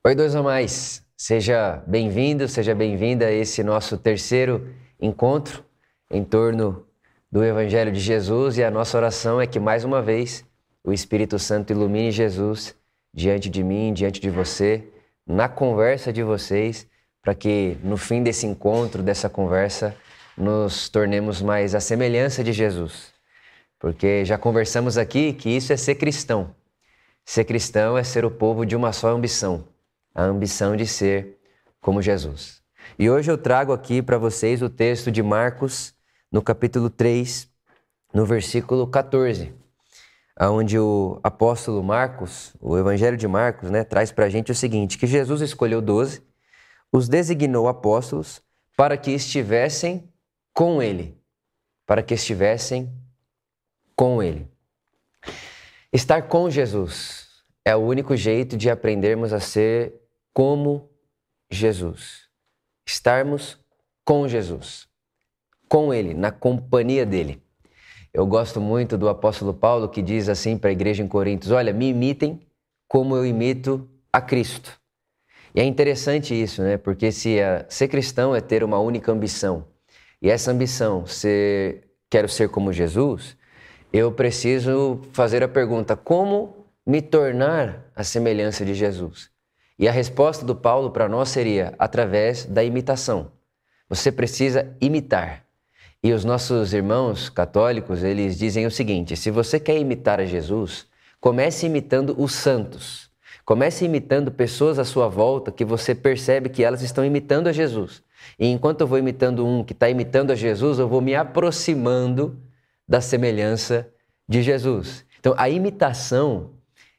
Oi, dois ou mais, seja bem-vindo, seja bem-vinda a esse nosso terceiro encontro em torno do Evangelho de Jesus, e a nossa oração é que mais uma vez o Espírito Santo ilumine Jesus diante de mim, diante de você, na conversa de vocês, para que no fim desse encontro, dessa conversa, nos tornemos mais à semelhança de Jesus. Porque já conversamos aqui que isso é ser cristão. Ser cristão é ser o povo de uma só ambição, a ambição de ser como Jesus. E hoje eu trago aqui para vocês o texto de Marcos, no capítulo 3, no versículo 14, onde o apóstolo Marcos, o Evangelho de Marcos, traz para a gente o seguinte, que Jesus escolheu 12, os designou apóstolos para que estivessem com ele, para que estivessem com ele. Estar com Jesus é o único jeito de aprendermos a ser como Jesus. Estarmos com Jesus, com ele, na companhia dele. Eu gosto muito do apóstolo Paulo, que diz assim para a igreja em Coríntios, olha, me imitem como eu imito a Cristo. E é interessante isso, porque ser cristão é ter uma única ambição, e essa ambição, quero ser como Jesus, eu preciso fazer a pergunta, como me tornar a semelhança de Jesus? E a resposta do Paulo para nós seria através da imitação. Você precisa imitar. E os nossos irmãos católicos, eles dizem o seguinte, se você quer imitar a Jesus, comece imitando os santos. Comece imitando pessoas à sua volta que você percebe que elas estão imitando a Jesus. E enquanto eu vou imitando um que está imitando a Jesus, eu vou me aproximando da semelhança de Jesus. Então, a imitação,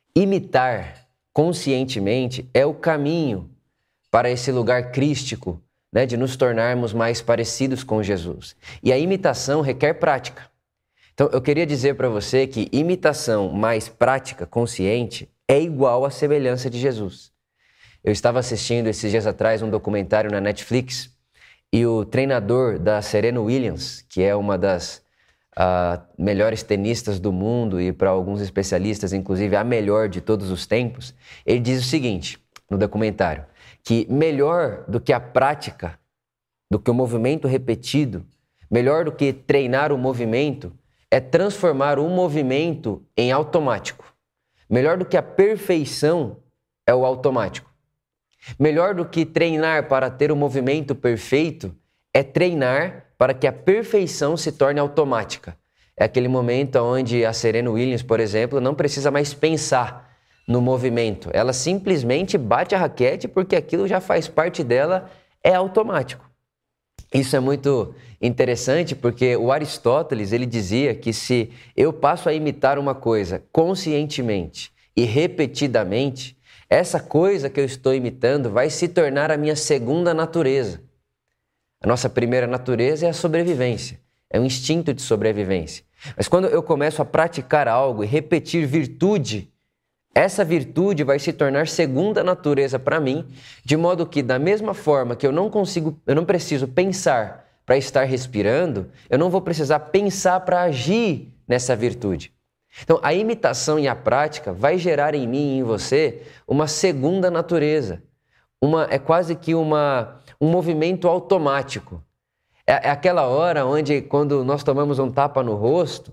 imitar conscientemente é o caminho para esse lugar crístico, de nos tornarmos mais parecidos com Jesus. E a imitação requer prática. Então, eu queria dizer para você que imitação mais prática, consciente, é igual à semelhança de Jesus. Eu estava assistindo esses dias atrás um documentário na Netflix e o treinador da Serena Williams, que é uma das melhores tenistas do mundo e para alguns especialistas, inclusive a melhor de todos os tempos, ele diz o seguinte no documentário, que melhor do que a prática, do que o movimento repetido, melhor do que treinar o movimento, é transformar o movimento em automático. Melhor do que a perfeição é o automático. Melhor do que treinar para ter o movimento perfeito é treinar para que a perfeição se torne automática. É aquele momento onde a Serena Williams, por exemplo, não precisa mais pensar no movimento. Ela simplesmente bate a raquete porque aquilo já faz parte dela, é automático. Isso é muito interessante porque o Aristóteles, ele dizia que se eu passo a imitar uma coisa conscientemente e repetidamente, essa coisa que eu estou imitando vai se tornar a minha segunda natureza. A nossa primeira natureza é a sobrevivência, é um instinto de sobrevivência. Mas quando eu começo a praticar algo e repetir virtude, essa virtude vai se tornar segunda natureza para mim, de modo que da mesma forma que eu não preciso pensar para estar respirando, eu não vou precisar pensar para agir nessa virtude. Então, a imitação e a prática vai gerar em mim e em você uma segunda natureza. É quase que um movimento automático. É aquela hora onde, quando nós tomamos um tapa no rosto,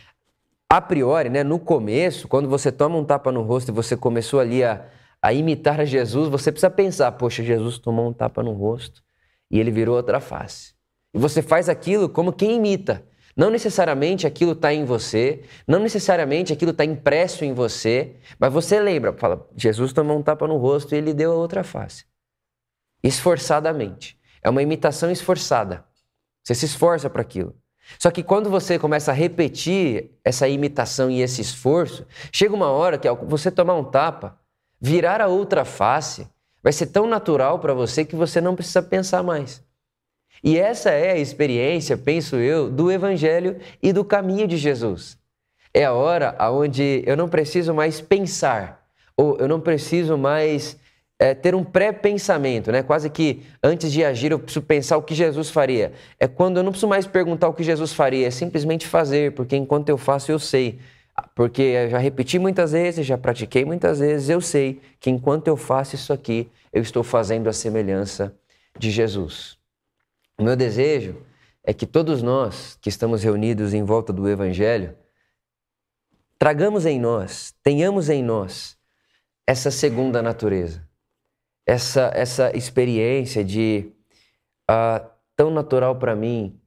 a priori, no começo, quando você toma um tapa no rosto e você começou ali a imitar a Jesus, você precisa pensar, poxa, Jesus tomou um tapa no rosto e ele virou outra face. E você faz aquilo como quem imita. Não necessariamente aquilo está em você, não necessariamente aquilo está impresso em você, mas você lembra, fala, Jesus tomou um tapa no rosto e ele deu a outra face. Esforçadamente. É uma imitação esforçada. Você se esforça para aquilo. Só que quando você começa a repetir essa imitação e esse esforço, chega uma hora que ao você tomar um tapa, virar a outra face, vai ser tão natural para você que você não precisa pensar mais. E essa é a experiência, penso eu, do Evangelho e do caminho de Jesus. É a hora onde eu não preciso mais pensar, ou eu não preciso mais ter um pré-pensamento, quase que antes de agir eu preciso pensar o que Jesus faria. É quando eu não preciso mais perguntar o que Jesus faria, é simplesmente fazer, porque enquanto eu faço eu sei Porque eu já repeti muitas vezes, já pratiquei muitas vezes, eu sei que enquanto eu faço isso aqui, eu estou fazendo a semelhança de Jesus. O meu desejo é que todos nós que estamos reunidos em volta do Evangelho, tragamos em nós, tenhamos em nós essa segunda natureza, essa experiência de tão natural para mim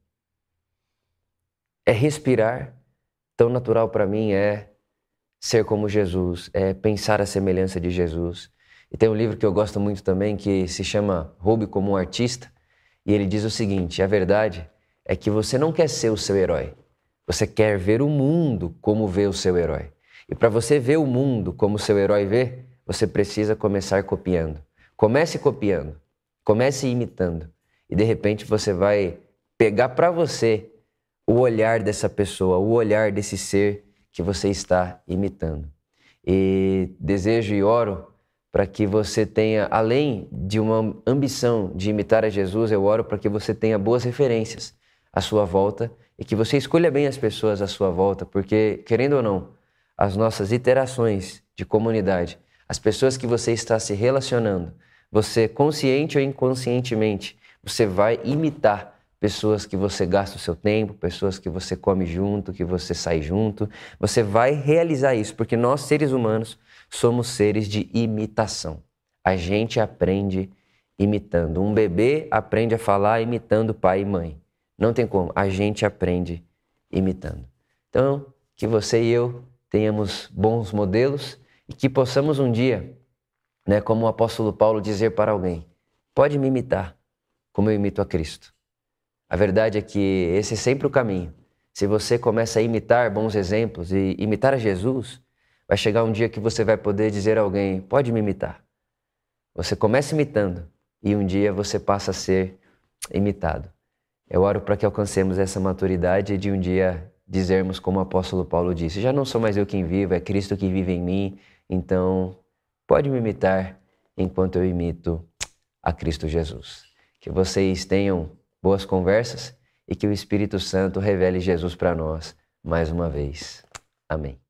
é respirar, tão natural para mim é ser como Jesus, é pensar a semelhança de Jesus. E tem um livro que eu gosto muito também que se chama Roube como um Artista, e ele diz o seguinte: a verdade é que você não quer ser o seu herói, você quer ver o mundo como vê o seu herói. E para você ver o mundo como o seu herói vê, você precisa começar copiando. Comece copiando, comece imitando, e de repente você vai pegar para você o olhar dessa pessoa, o olhar desse ser que você está imitando. E desejo e oro para que você tenha, além de uma ambição de imitar a Jesus, eu oro para que você tenha boas referências à sua volta e que você escolha bem as pessoas à sua volta, porque, querendo ou não, as nossas interações de comunidade, as pessoas que você está se relacionando, você consciente ou inconscientemente, você vai imitar pessoas que você gasta o seu tempo, pessoas que você come junto, que você sai junto. Você vai realizar isso, porque nós, seres humanos, somos seres de imitação. A gente aprende imitando. Um bebê aprende a falar imitando pai e mãe. Não tem como, a gente aprende imitando. Então, que você e eu tenhamos bons modelos e que possamos um dia, como o apóstolo Paulo, dizer para alguém: pode me imitar, como eu imito a Cristo. A verdade é que esse é sempre o caminho. Se você começa a imitar bons exemplos e imitar a Jesus, vai chegar um dia que você vai poder dizer a alguém: pode me imitar. Você começa imitando e um dia você passa a ser imitado. Eu oro para que alcancemos essa maturidade de um dia dizermos como o apóstolo Paulo disse: já não sou mais eu quem vivo, é Cristo que vive em mim, então pode me imitar enquanto eu imito a Cristo Jesus. Que vocês tenham boas conversas e que o Espírito Santo revele Jesus para nós mais uma vez. Amém.